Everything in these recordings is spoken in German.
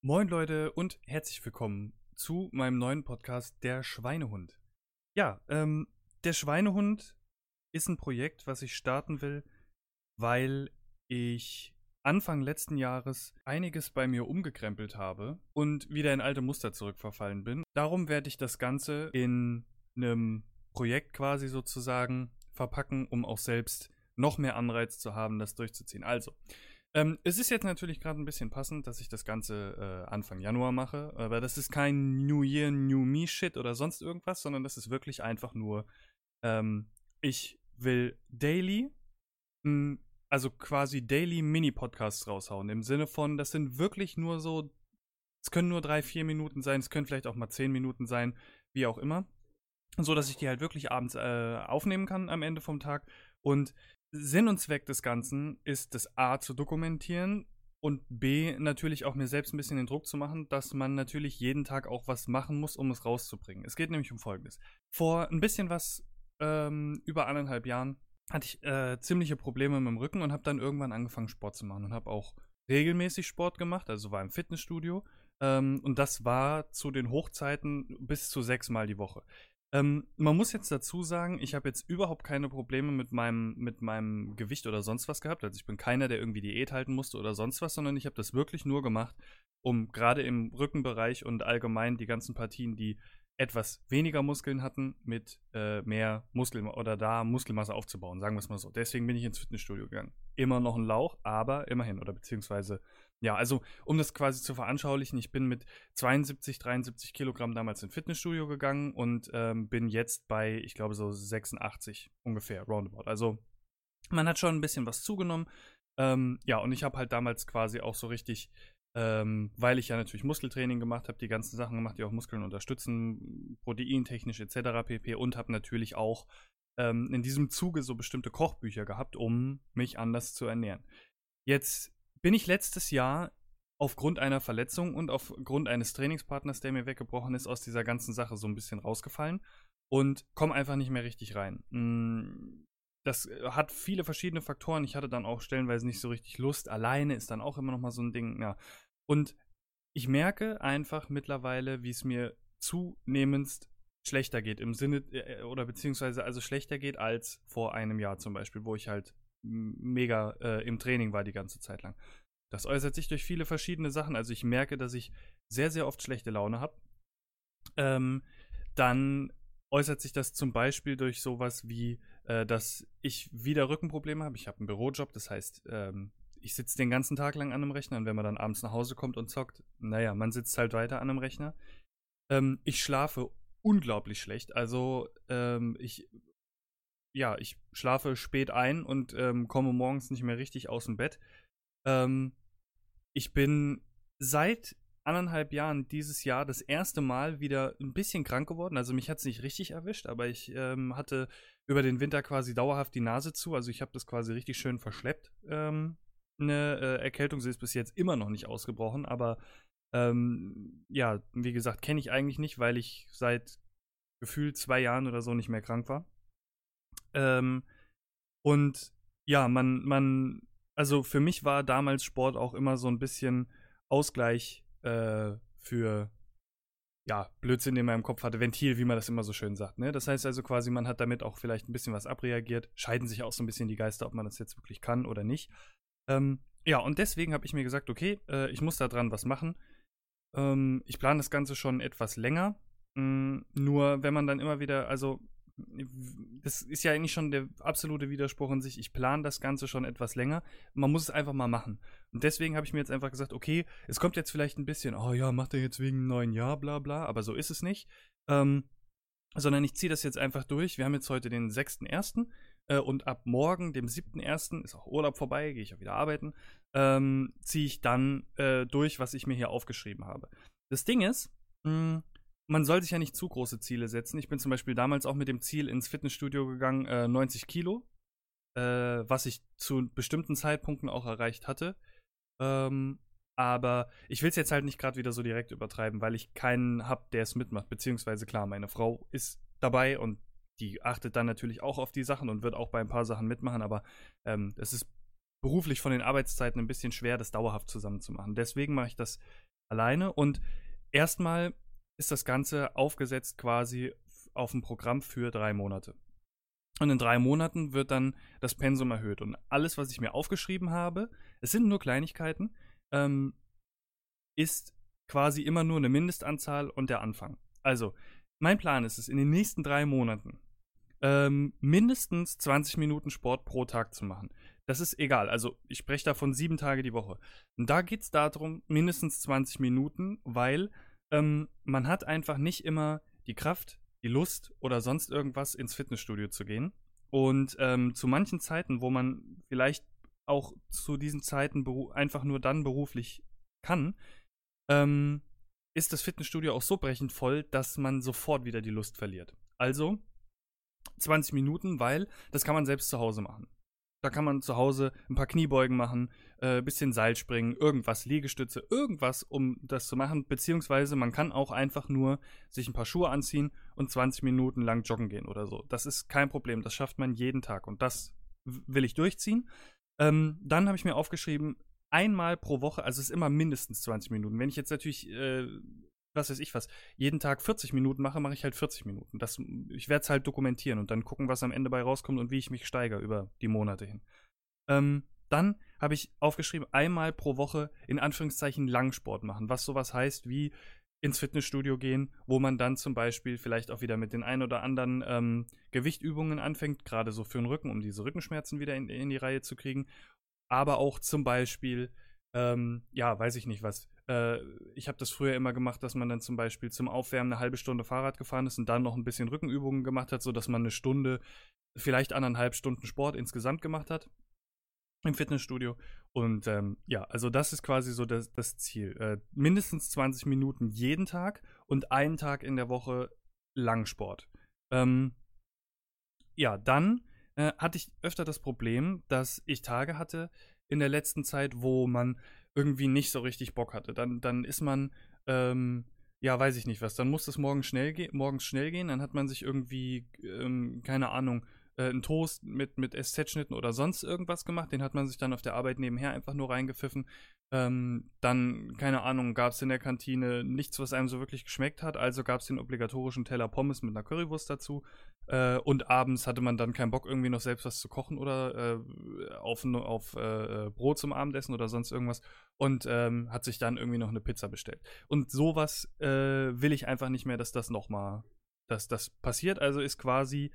Moin Leute und herzlich willkommen zu meinem neuen Podcast Der Schweinehund. Ja, der Schweinehund ist ein Projekt, was ich starten will, weil ich Anfang letzten Jahres einiges bei mir umgekrempelt habe und wieder in alte Muster zurückverfallen bin. Darum werde ich das Ganze in einem Projekt quasi sozusagen verpacken, um auch selbst noch mehr Anreiz zu haben, das durchzuziehen. Also, es ist jetzt natürlich gerade ein bisschen passend, dass ich das Ganze Anfang Januar mache, aber das ist kein New Year, New Me Shit oder sonst irgendwas, sondern das ist wirklich einfach nur, ich will daily, also quasi daily Mini-Podcasts raushauen, im Sinne von, das sind wirklich nur so, es können nur 3-4 Minuten sein, es können vielleicht auch mal 10 Minuten sein, wie auch immer, so dass ich die halt wirklich abends aufnehmen kann am Ende vom Tag. Und Sinn und Zweck des Ganzen ist, das A zu dokumentieren und B natürlich auch mir selbst ein bisschen den Druck zu machen, dass man natürlich jeden Tag auch was machen muss, um es rauszubringen. Es geht nämlich um Folgendes. Vor ein bisschen was über 1,5 Jahren hatte ich ziemliche Probleme mit dem Rücken und habe dann irgendwann angefangen, Sport zu machen und habe auch regelmäßig Sport gemacht, also war im Fitnessstudio. Und das war zu den Hochzeiten bis zu 6-mal die Woche. Man muss jetzt dazu sagen, ich habe jetzt überhaupt keine Probleme mit meinem Gewicht oder sonst was gehabt. Also ich bin keiner, der irgendwie Diät halten musste oder sonst was, sondern ich habe das wirklich nur gemacht, um gerade im Rückenbereich und allgemein die ganzen Partien, die etwas weniger Muskeln hatten, mit mehr Muskelmasse aufzubauen, sagen wir es mal so. Deswegen bin ich ins Fitnessstudio gegangen. Immer noch ein Lauch, aber immerhin, oder beziehungsweise, ja, also um das quasi zu veranschaulichen, ich bin mit 72, 73 Kilogramm damals ins Fitnessstudio gegangen und bin jetzt bei, ich glaube, so 86 ungefähr, roundabout. Also man hat schon ein bisschen was zugenommen. Ja, und ich habe halt damals quasi auch so richtig, weil ich ja natürlich Muskeltraining gemacht habe, die ganzen Sachen gemacht, die auch Muskeln unterstützen, proteintechnisch etc. pp. Und habe natürlich auch in diesem Zuge so bestimmte Kochbücher gehabt, um mich anders zu ernähren. Jetzt bin ich letztes Jahr aufgrund einer Verletzung und aufgrund eines Trainingspartners, der mir weggebrochen ist, aus dieser ganzen Sache so ein bisschen rausgefallen und komme einfach nicht mehr richtig rein. Das hat viele verschiedene Faktoren. Ich hatte dann auch stellenweise nicht so richtig Lust. Alleine ist dann auch immer noch mal so ein Ding. Ja. Und ich merke einfach mittlerweile, wie es mir zunehmend schlechter geht. Im Sinne, oder beziehungsweise also schlechter geht als vor einem Jahr zum Beispiel, wo ich halt mega im Training war die ganze Zeit lang. Das äußert sich durch viele verschiedene Sachen. Also ich merke, dass ich sehr, sehr oft schlechte Laune habe. Dann äußert sich das zum Beispiel durch sowas wie, dass ich wieder Rückenprobleme habe. Ich habe einen Bürojob, das heißt, ich sitze den ganzen Tag lang an einem Rechner und wenn man dann abends nach Hause kommt und zockt, naja, man sitzt halt weiter an einem Rechner. Ich schlafe unglaublich schlecht. Also ich schlafe spät ein und komme morgens nicht mehr richtig aus dem Bett. Ich bin seit 1,5 Jahren dieses Jahr das erste Mal wieder ein bisschen krank geworden. Also mich hat es nicht richtig erwischt, aber ich hatte über den Winter quasi dauerhaft die Nase zu. Also ich habe das quasi richtig schön verschleppt. Eine Erkältung, sie ist bis jetzt immer noch nicht ausgebrochen, aber ja, wie gesagt, kenne ich eigentlich nicht, weil ich seit gefühlt 2 Jahren oder so nicht mehr krank war. Und ja, also für mich war damals Sport auch immer so ein bisschen Ausgleich für, ja, Blödsinn, den man im Kopf hatte, Ventil, wie man das immer so schön sagt, ne? Das heißt also quasi, man hat damit auch vielleicht ein bisschen was abreagiert, scheiden sich auch so ein bisschen die Geister, ob man das jetzt wirklich kann oder nicht. Ja, und deswegen habe ich mir gesagt, okay, ich muss da dran was machen. Ich plane das Ganze schon etwas länger, nur wenn man dann immer wieder, also das ist ja eigentlich schon der absolute Widerspruch in sich. Ich plane das Ganze schon etwas länger. Man muss es einfach mal machen. Und deswegen habe ich mir jetzt einfach gesagt, okay, es kommt jetzt vielleicht ein bisschen, oh ja, macht er jetzt wegen einem neuen Jahr, bla bla, aber so ist es nicht. Sondern ich ziehe das jetzt einfach durch. Wir haben jetzt heute den 6.1. Und ab morgen, dem 7.1., ist auch Urlaub vorbei, gehe ich auch wieder arbeiten, ziehe ich dann durch, was ich mir hier aufgeschrieben habe. Das Ding ist, man soll sich ja nicht zu große Ziele setzen. Ich bin zum Beispiel damals auch mit dem Ziel ins Fitnessstudio gegangen, 90 Kilo, was ich zu bestimmten Zeitpunkten auch erreicht hatte. Aber ich will es jetzt halt nicht gerade wieder so direkt übertreiben, weil ich keinen habe, der es mitmacht. Beziehungsweise klar, meine Frau ist dabei und die achtet dann natürlich auch auf die Sachen und wird auch bei ein paar Sachen mitmachen. Aber es ist beruflich von den Arbeitszeiten ein bisschen schwer, das dauerhaft zusammen zu machen. Deswegen mache ich das alleine. Und erstmal ist das Ganze aufgesetzt quasi auf ein Programm für 3 Monate. Und in 3 Monaten wird dann das Pensum erhöht. Und alles, was ich mir aufgeschrieben habe, es sind nur Kleinigkeiten, ist quasi immer nur eine Mindestanzahl und der Anfang. Also, mein Plan ist es, in den nächsten 3 Monaten mindestens 20 Minuten Sport pro Tag zu machen. Das ist egal. Also, ich spreche davon 7 Tage die Woche. Und da geht es darum, mindestens 20 Minuten, weil man hat einfach nicht immer die Kraft, die Lust oder sonst irgendwas ins Fitnessstudio zu gehen. Und zu manchen Zeiten, wo man vielleicht auch zu diesen Zeiten einfach nur dann beruflich kann, ist das Fitnessstudio auch so brechend voll, dass man sofort wieder die Lust verliert. Also 20 Minuten, weil das kann man selbst zu Hause machen. Da kann man zu Hause ein paar Kniebeugen machen, bisschen Seilspringen, irgendwas, Liegestütze, irgendwas, um das zu machen. Beziehungsweise man kann auch einfach nur sich ein paar Schuhe anziehen und 20 Minuten lang joggen gehen oder so. Das ist kein Problem, das schafft man jeden Tag und das will ich durchziehen. Dann habe ich mir aufgeschrieben, einmal pro Woche, also es ist immer mindestens 20 Minuten. Wenn ich jetzt natürlich, was weiß ich was, jeden Tag 40 Minuten mache, mache ich halt 40 Minuten. Ich werde es halt dokumentieren und dann gucken, was am Ende bei rauskommt und wie ich mich steigere über die Monate hin. Dann habe ich aufgeschrieben, einmal pro Woche in Anführungszeichen Langsport machen, was sowas heißt wie ins Fitnessstudio gehen, wo man dann zum Beispiel vielleicht auch wieder mit den ein oder anderen Gewichtübungen anfängt, gerade so für den Rücken, um diese Rückenschmerzen wieder in die Reihe zu kriegen. Aber auch zum Beispiel, ja, weiß ich nicht was. Ich habe das früher immer gemacht, dass man dann zum Beispiel zum Aufwärmen eine halbe Stunde Fahrrad gefahren ist und dann noch ein bisschen Rückenübungen gemacht hat, sodass man eine Stunde, vielleicht 1,5 Stunden Sport insgesamt gemacht hat im Fitnessstudio. Und ja, also das ist quasi so das Ziel. Mindestens 20 Minuten jeden Tag und einen Tag in der Woche Langsport. Ja, dann hatte ich öfter das Problem, dass ich Tage hatte in der letzten Zeit, wo man irgendwie nicht so richtig Bock hatte. Dann ist man, ja, weiß ich nicht was, dann muss es morgens schnell gehen, dann hat man sich irgendwie, keine Ahnung, einen Toast mit SZ-Schnitten oder sonst irgendwas gemacht, den hat man sich dann auf der Arbeit nebenher einfach nur reingepfiffen. Dann, keine Ahnung, gab es in der Kantine nichts, was einem so wirklich geschmeckt hat, also gab es den obligatorischen Teller Pommes mit einer Currywurst dazu. Und abends hatte man dann keinen Bock, irgendwie noch selbst was zu kochen oder auf Brot zum Abendessen oder sonst irgendwas und hat sich dann irgendwie noch eine Pizza bestellt. Und sowas will ich einfach nicht mehr, dass das passiert. Also ist quasi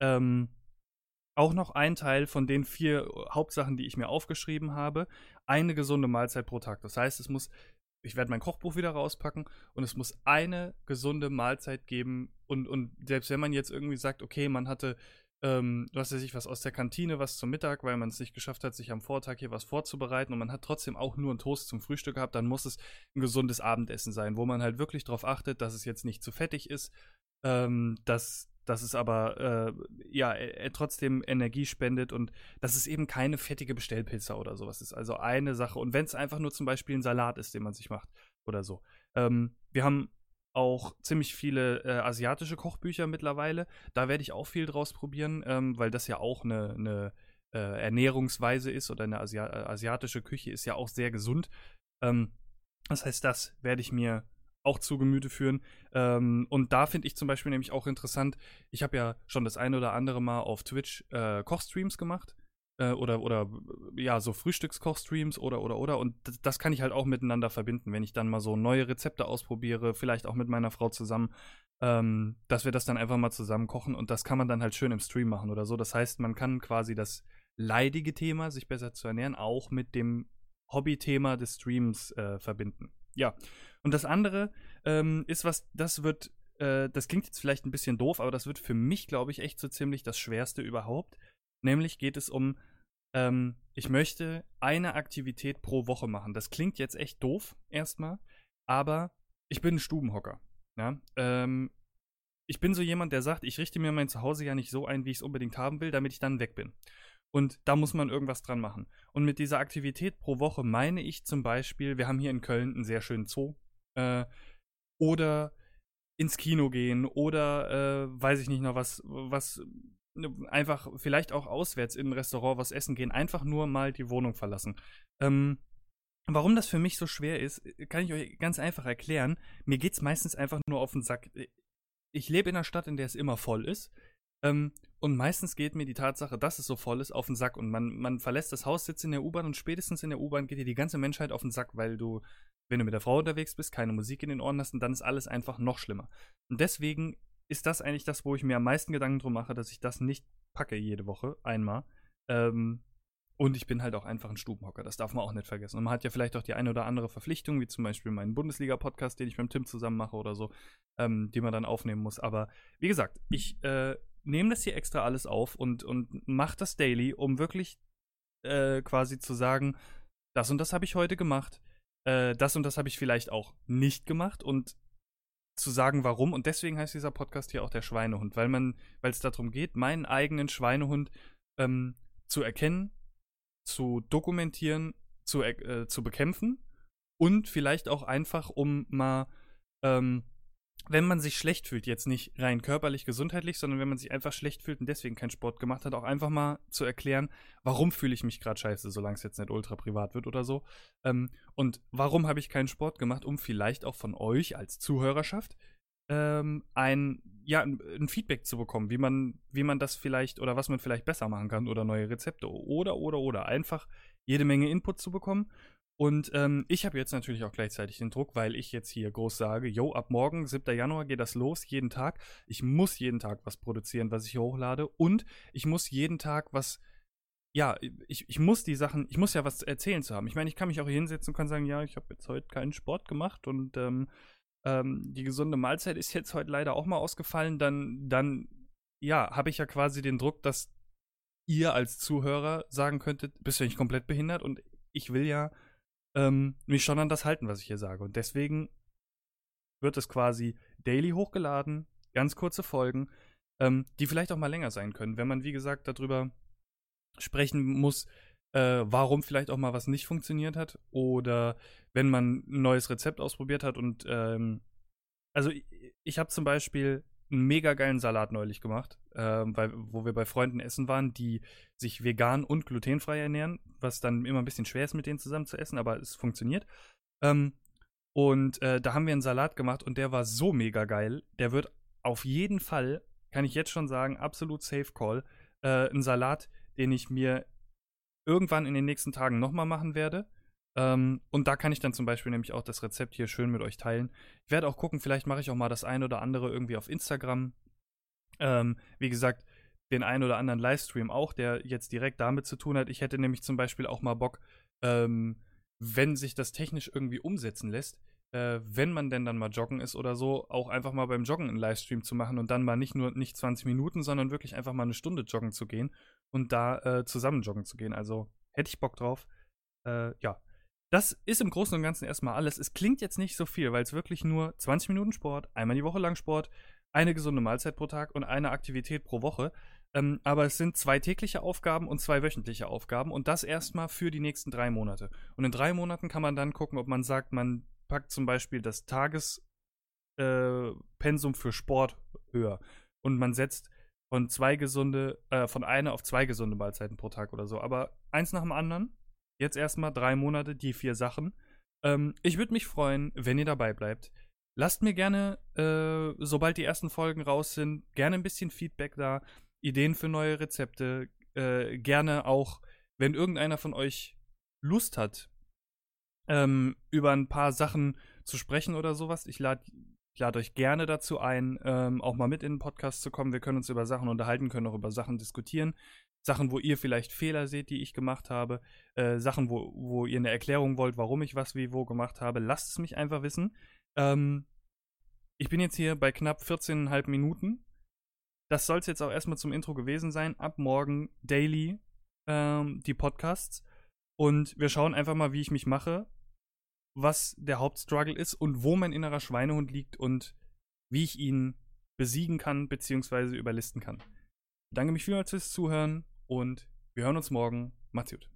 auch noch ein Teil von den 4 Hauptsachen, die ich mir aufgeschrieben habe, eine gesunde Mahlzeit pro Tag. Das heißt, ich werde mein Kochbuch wieder rauspacken und es muss eine gesunde Mahlzeit geben. Und selbst wenn man jetzt irgendwie sagt, okay, man hatte, was weiß ich, was aus der Kantine, was zum Mittag, weil man es nicht geschafft hat, sich am Vortag hier was vorzubereiten und man hat trotzdem auch nur einen Toast zum Frühstück gehabt, dann muss es ein gesundes Abendessen sein, wo man halt wirklich darauf achtet, dass es jetzt nicht zu fettig ist, dass es aber ja, trotzdem Energie spendet und dass es eben keine fettige Bestellpizza oder sowas ist. Also eine Sache. Und wenn es einfach nur zum Beispiel ein Salat ist, den man sich macht oder so. Wir haben auch ziemlich viele asiatische Kochbücher mittlerweile. Da werde ich auch viel draus probieren, weil das ja auch eine Ernährungsweise ist oder eine asiatische Küche ist ja auch sehr gesund. Das heißt, das werde ich mir auch zu Gemüte führen. Und da finde ich zum Beispiel nämlich auch interessant, ich habe ja schon das eine oder andere Mal auf Twitch Kochstreams gemacht. Oder ja, so Frühstückskochstreams oder. Und das kann ich halt auch miteinander verbinden, wenn ich dann mal so neue Rezepte ausprobiere, vielleicht auch mit meiner Frau zusammen, dass wir das dann einfach mal zusammen kochen und das kann man dann halt schön im Stream machen oder so. Das heißt, man kann quasi das leidige Thema, sich besser zu ernähren, auch mit dem Hobbythema des Streams verbinden. Ja, und das andere ist das klingt jetzt vielleicht ein bisschen doof, aber das wird für mich, glaube ich, echt so ziemlich das Schwerste überhaupt. Nämlich geht es um, ich möchte eine Aktivität pro Woche machen. Das klingt jetzt echt doof erstmal, aber ich bin ein Stubenhocker. Ja? Ich bin so jemand, der sagt, ich richte mir mein Zuhause ja nicht so ein, wie ich es unbedingt haben will, damit ich dann weg bin. Und da muss man irgendwas dran machen. Und mit dieser Aktivität pro Woche meine ich zum Beispiel, wir haben hier in Köln einen sehr schönen Zoo. Oder ins Kino gehen oder weiß ich nicht noch was einfach vielleicht auch auswärts in ein Restaurant was essen gehen, einfach nur mal die Wohnung verlassen. Warum das für mich so schwer ist, kann ich euch ganz einfach erklären. Mir geht's meistens einfach nur auf den Sack. Ich lebe in einer Stadt, in der es immer voll ist. Und meistens geht mir die Tatsache, dass es so voll ist, auf den Sack. Und man verlässt das Haus, sitzt in der U-Bahn und spätestens in der U-Bahn geht dir die ganze Menschheit auf den Sack, weil du, wenn du mit der Frau unterwegs bist, keine Musik in den Ohren hast und dann ist alles einfach noch schlimmer. Und deswegen ist das eigentlich das, wo ich mir am meisten Gedanken drum mache, dass ich das nicht packe jede Woche einmal. Ähm, und ich bin halt auch einfach ein Stubenhocker, das darf man auch nicht vergessen. Und man hat ja vielleicht auch die eine oder andere Verpflichtung, wie zum Beispiel meinen Bundesliga-Podcast, den ich mit dem Tim zusammen mache oder so, die man dann aufnehmen muss. Aber wie gesagt, ich nehme das hier extra alles auf und mache das daily, um wirklich quasi zu sagen, das und das habe ich heute gemacht, das und das habe ich vielleicht auch nicht gemacht und zu sagen, warum. Und deswegen heißt dieser Podcast hier auch der Schweinehund, weil es darum geht, meinen eigenen Schweinehund zu erkennen, zu dokumentieren, zu bekämpfen und vielleicht auch einfach, um mal, ähm, wenn man sich schlecht fühlt, jetzt nicht rein körperlich, gesundheitlich, sondern wenn man sich einfach schlecht fühlt und deswegen keinen Sport gemacht hat, auch einfach mal zu erklären, warum fühle ich mich gerade scheiße, solange es jetzt nicht ultra privat wird oder so. Und warum habe ich keinen Sport gemacht, um vielleicht auch von euch als Zuhörerschaft ein Feedback zu bekommen, wie man das vielleicht oder was man vielleicht besser machen kann oder neue Rezepte oder einfach jede Menge Input zu bekommen. Und ich habe jetzt natürlich auch gleichzeitig den Druck, weil ich jetzt hier groß sage, yo, ab morgen, 7. Januar geht das los, jeden Tag. Ich muss jeden Tag was produzieren, was ich hier hochlade und ich muss jeden Tag ich muss die Sachen, ich muss ja was zu erzählen zu haben. Ich meine, ich kann mich auch hier hinsetzen und kann sagen, ja, ich habe jetzt heute keinen Sport gemacht und die gesunde Mahlzeit ist jetzt heute leider auch mal ausgefallen, dann habe ich ja quasi den Druck, dass ihr als Zuhörer sagen könntet, bist du nicht komplett behindert? Und ich will ja mich schon an das halten, was ich hier sage. Und deswegen wird es quasi daily hochgeladen, ganz kurze Folgen, die vielleicht auch mal länger sein können, wenn man, wie gesagt, darüber sprechen muss, warum vielleicht auch mal was nicht funktioniert hat oder wenn man ein neues Rezept ausprobiert hat und also ich habe zum Beispiel einen mega geilen Salat neulich gemacht, wo wir bei Freunden essen waren, die sich vegan und glutenfrei ernähren, was dann immer ein bisschen schwer ist, mit denen zusammen zu essen, aber es funktioniert. Da haben wir einen Salat gemacht und der war so mega geil. Der wird auf jeden Fall, kann ich jetzt schon sagen, absolut Safe Call. Ein Salat, den ich mir irgendwann in den nächsten Tagen nochmal machen werde. Und da kann ich dann zum Beispiel nämlich auch das Rezept hier schön mit euch teilen. Ich werde auch gucken, vielleicht mache ich auch mal das ein oder andere irgendwie auf Instagram. Wie gesagt, den ein oder anderen Livestream auch, der jetzt direkt damit zu tun hat. Ich hätte nämlich zum Beispiel auch mal Bock, wenn sich das technisch irgendwie umsetzen lässt, wenn man denn dann mal joggen ist oder so, auch einfach mal beim Joggen einen Livestream zu machen und dann mal nicht 20 Minuten, sondern wirklich einfach mal eine Stunde joggen zu gehen und da zusammen joggen zu gehen. Also hätte ich Bock drauf. Ja. Das ist im Großen und Ganzen erstmal alles. Es klingt jetzt nicht so viel, weil es wirklich nur 20 Minuten Sport, einmal die Woche lang Sport, eine gesunde Mahlzeit pro Tag und eine Aktivität pro Woche. Aber es sind 2 tägliche Aufgaben und 2 wöchentliche Aufgaben und das erstmal für die nächsten 3 Monate. Und in 3 Monaten kann man dann gucken, ob man sagt, man packt zum Beispiel das Tagespensum für Sport höher und man setzt von einer auf 2 gesunde Mahlzeiten pro Tag oder so. Aber eins nach dem anderen. Jetzt erstmal 3 Monate, die 4 Sachen. Ich würde mich freuen, wenn ihr dabei bleibt. Lasst mir gerne, sobald die ersten Folgen raus sind, gerne ein bisschen Feedback da, Ideen für neue Rezepte. Gerne auch, wenn irgendeiner von euch Lust hat, über ein paar Sachen zu sprechen oder sowas. Ich lade euch gerne dazu ein, auch mal mit in den Podcast zu kommen. Wir können uns über Sachen unterhalten, können auch über Sachen diskutieren. Sachen, wo ihr vielleicht Fehler seht, die ich gemacht habe. Sachen, wo ihr eine Erklärung wollt, warum ich was wie wo gemacht habe. Lasst es mich einfach wissen. Ich bin jetzt hier bei knapp 14,5 Minuten. Das soll es jetzt auch erstmal zum Intro gewesen sein. Ab morgen daily die Podcasts. Und wir schauen einfach mal, wie ich mich mache, was der Hauptstruggle ist und wo mein innerer Schweinehund liegt und wie ich ihn besiegen kann bzw. überlisten kann. Ich danke mich vielmals fürs Zuhören und wir hören uns morgen. Macht's gut.